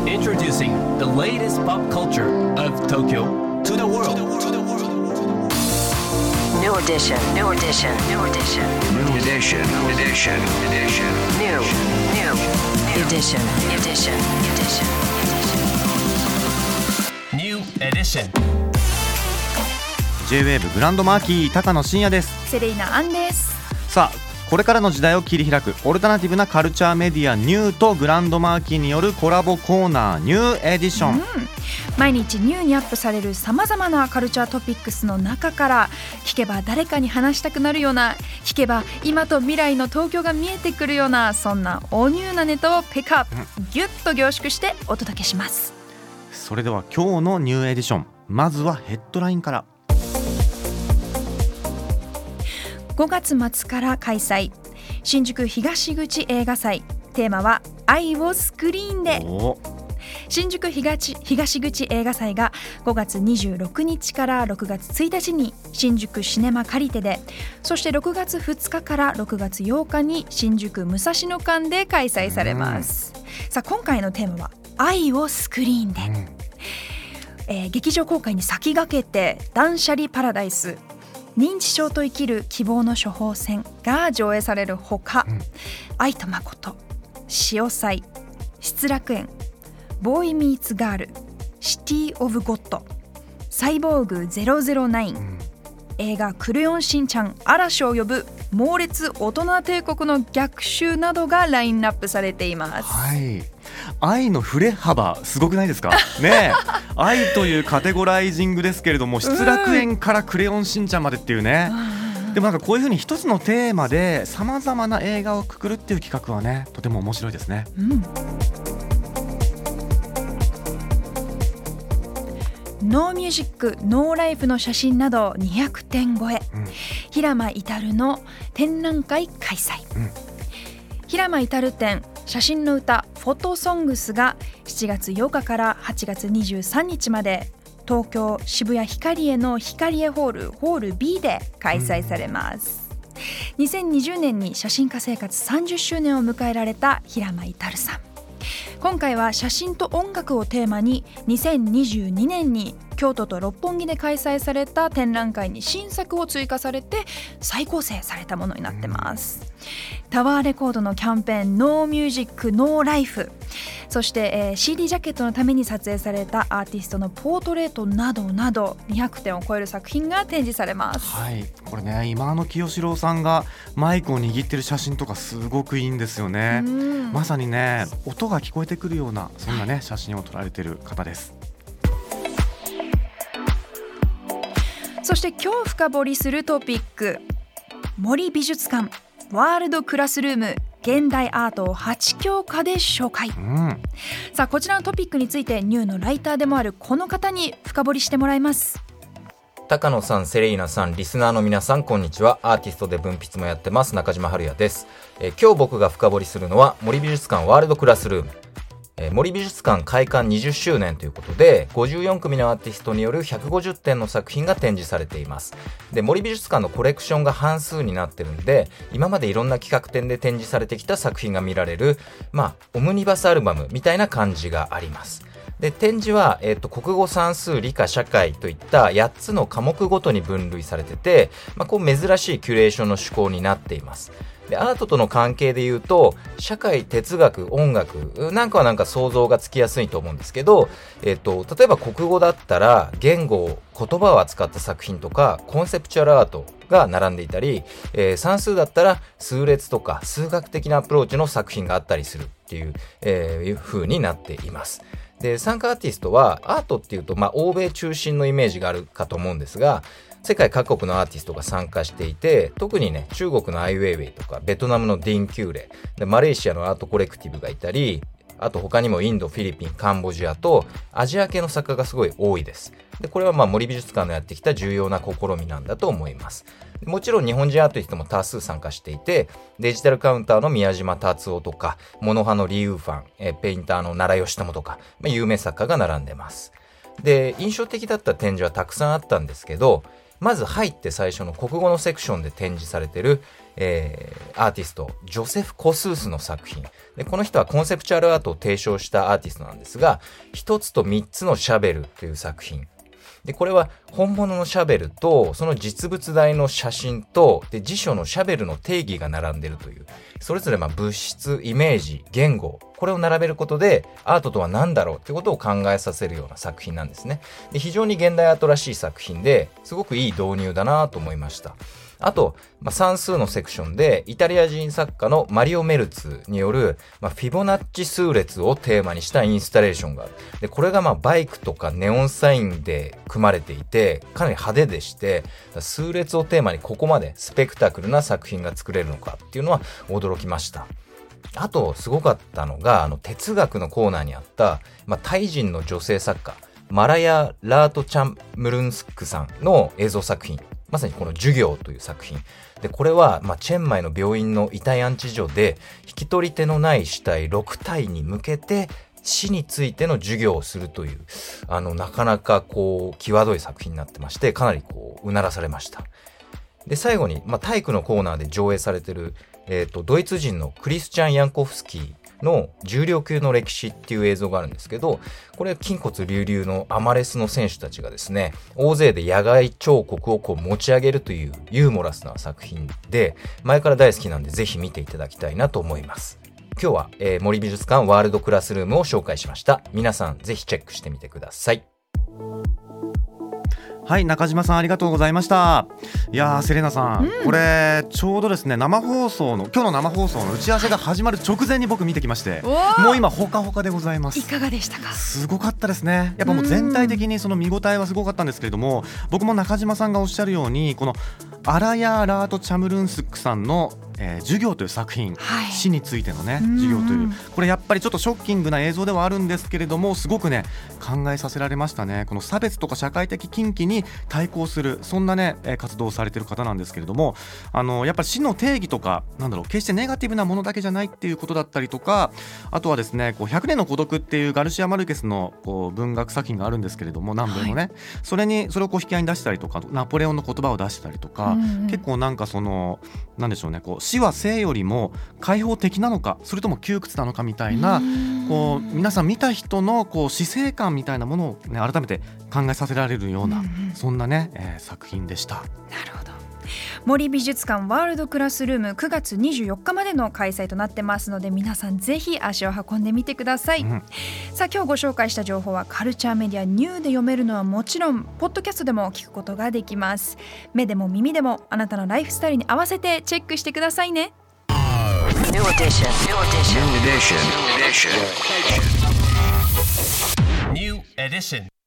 Introducing the latest pop culture of Tokyo to the world. New edition, new edition, new edition. New edition, new edition, edition. New edition, edition, edition. New edition. J-WAVE グランドマーキー高野真也です。 セレイナアンです。 さあこれからの時代を切り開くオルタナティブなカルチャーメディアニューとグランドマーキーによるコラボコーナーニューエディション、 毎日ニューにアップされるさまざまなカルチャートピックスの中から聞けば誰かに話したくなるような、聞けば今と未来の東京が見えてくるような、そんな大ニューなネタをピックアップ、ギュッと凝縮してお届けします。 それでは今日のニューエディション、まずはヘッドラインから。 5月末から開催、新宿東口映画祭、テーマは愛をスクリーンで。新宿東口映画祭が5月26日から6月1日に新宿シネマカリテで、そして6月2日から6月8日に新宿武蔵野館で開催されます。さあ今回のテーマは愛をスクリーンで、劇場公開に先駆けて断捨離パラダイス、認知症と生きる希望の処方箋が上映されるほか、愛と誠、潮祭、失楽園、ボーイミーツガール、シティオブゴッド、サイボーグ009、映画クレヨンしんちゃん嵐を呼ぶ猛烈大人帝国の逆襲などがラインナップされています。 はい、愛の振れ幅すごくないですかね。愛というカテゴライジングですけれども、失楽園からクレヨンしんちゃんまでっていうね、でもなんかこういう風に一つのテーマでさまざまな映画をくくるっていう企画はね、とても面白いですね。 ノーミュージックノーライフの写真など200点超え、平間至の展覧会開催、平間至展写真の歌フォトソングスが7月8日から8月23日まで東京渋谷ヒカリエのヒカリエホール B で開催されます。2020年に写真家生活30周年を迎えられた平間至さん、今回は写真と音楽をテーマに2022年に京都と六本木で開催された展覧会に新作を追加されて再構成されたものになってます。タワーレコードのキャンペーンノーミュージックノーライフ、そして、CD ジャケットのために撮影されたアーティストのポートレートなどなど200点を超える作品が展示されます。 はい、これね、今の清志郎さんがマイクを握ってる写真とかすごくいいんですよね。まさにね、音が聞こえてくるようなそんなね、写真を撮られている方です。 そして今日深掘りするトピック、森美術館ワールドクラスルーム現代アートを8教科で紹介、さあこちらのトピックについてニューのライターでもあるこの方に深掘りしてもらいます。 高野さん、セレイナさん、リスナーの皆さん、こんにちは。アーティストで文筆もやってます中島春也です。今日僕が深掘りするのは森美術館ワールドクラスルーム。森美術館開館20周年ということで54組のアーティストによる150点の作品が展示されています。で、森美術館のコレクションが半数になってるんで、今までいろんな企画展で展示されてきた作品が見られる、オムニバスアルバムみたいな感じがあります。で、展示は、国語算数理科社会といった8つの科目ごとに分類されてて、こう珍しいキュレーションの趣向になっています。で、アートとの関係でいうと社会、哲学、音楽なんかはなんか想像がつきやすいと思うんですけど、例えば国語だったら言語、言葉を扱った作品とかコンセプチュアルアートが並んでいたり、算数だったら数列とか数学的なアプローチの作品があったりするっていう、風になっています。で、参加アーティストはアートっていうと、欧米中心のイメージがあるかと思うんですが、世界各国のアーティストが参加していて、特にね、中国のアイ・ウェイウェイとかベトナムのディン・キューレで、マレーシアのアートコレクティブがいたり、あと他にもインド、フィリピン、カンボジアとアジア系の作家がすごい多いです。で、これは森美術館のやってきた重要な試みなんだと思います。もちろん日本人アーティストも多数参加していて、デジタルカウンターの宮島達夫とか、モノ派のリー・ウーファン、ペインターの奈良義朝とか、有名作家が並んでます。で、印象的だった展示はたくさんあったんですけど、まず入って最初の国語のセクションで展示されているアーティストジョセフ・コスースの作品で、この人はコンセプチュアルアートを提唱したアーティストなんですが、一つと三つのシャベルという作品で、これは本物のシャベルとその実物大の写真とで辞書のシャベルの定義が並んでいるという、それぞれ物質、イメージ、言語、これを並べることでアートとは何だろうということを考えさせるような作品なんですね。で、非常に現代アートらしい作品ですごくいい導入だなと思いました。あと、算数のセクションでイタリア人作家のマリオ・メルツによる、フィボナッチ数列をテーマにしたインスタレーションがある。で、これがバイクとかネオンサインで組まれていて、かなり派手でして、数列をテーマにここまでスペクタクルな作品が作れるのかっていうのは驚きました。あと、すごかったのが、哲学のコーナーにあった、タイ人の女性作家、マラヤ・ラート・チャンムルンスクさんの映像作品。まさにこの授業という作品で、これはチェンマイの病院の遺体安置所で引き取り手のない死体6体に向けて死についての授業をするというなかなか際どい作品になってまして、かなりうならされました。で、最後に体育のコーナーで上映されているドイツ人のクリスチャン・ヤンコフスキーの重量級の歴史っていう映像があるんですけど、これ筋骨隆々のアマレスの選手たちがですね、大勢で野外彫刻を持ち上げるというユーモラスな作品で、前から大好きなんでぜひ見ていただきたいなと思います。今日は、森美術館ワールドクラスルームを紹介しました。皆さんぜひチェックしてみてください。 はい、中島さんありがとうございました。いやー、セレナさん、これちょうどですね、今日の生放送の打ち合わせが始まる直前に僕見てきまして、もう今ほかほかでございます。 いかがでしたか？ すごかったですね。やっぱもう全体的にその見応えはすごかったんですけれども、僕も中島さんがおっしゃるように、このアラヤ・ラート・チャムルンスックさんの授業という作品、死についてのね授業という、これやっぱりちょっとショッキングな映像ではあるんですけれども、すごくね考えさせられましたね。この差別とか社会的禁忌に対抗する、そんなね活動をされている方なんですけれども、やっぱり死の定義とか決してネガティブなものだけじゃないっていうことだったりとか、あとはですね100年の孤独っていうガルシア・マルケスの文学作品があるんですけれども、南米のね、それを引き合いに出したりとか、ナポレオンの言葉を出したりとか、結構なんでしょうね、死は生よりも開放的なのか、それとも窮屈なのかみたいな、皆さん見た人の死生観みたいなものを、ね、改めて考えさせられるような、そんなね、作品でした。 なるほど。森美術館ワールドクラスルーム9月24日までの開催となってますので、皆さんぜひ足を運んでみてください。さあ、今日ご紹介した情報はカルチャーメディアニューで読めるのはもちろん、ポッドキャストでも聞くことができます。目でも耳でもあなたのライフスタイルに合わせてチェックしてくださいね。 New edition. New edition.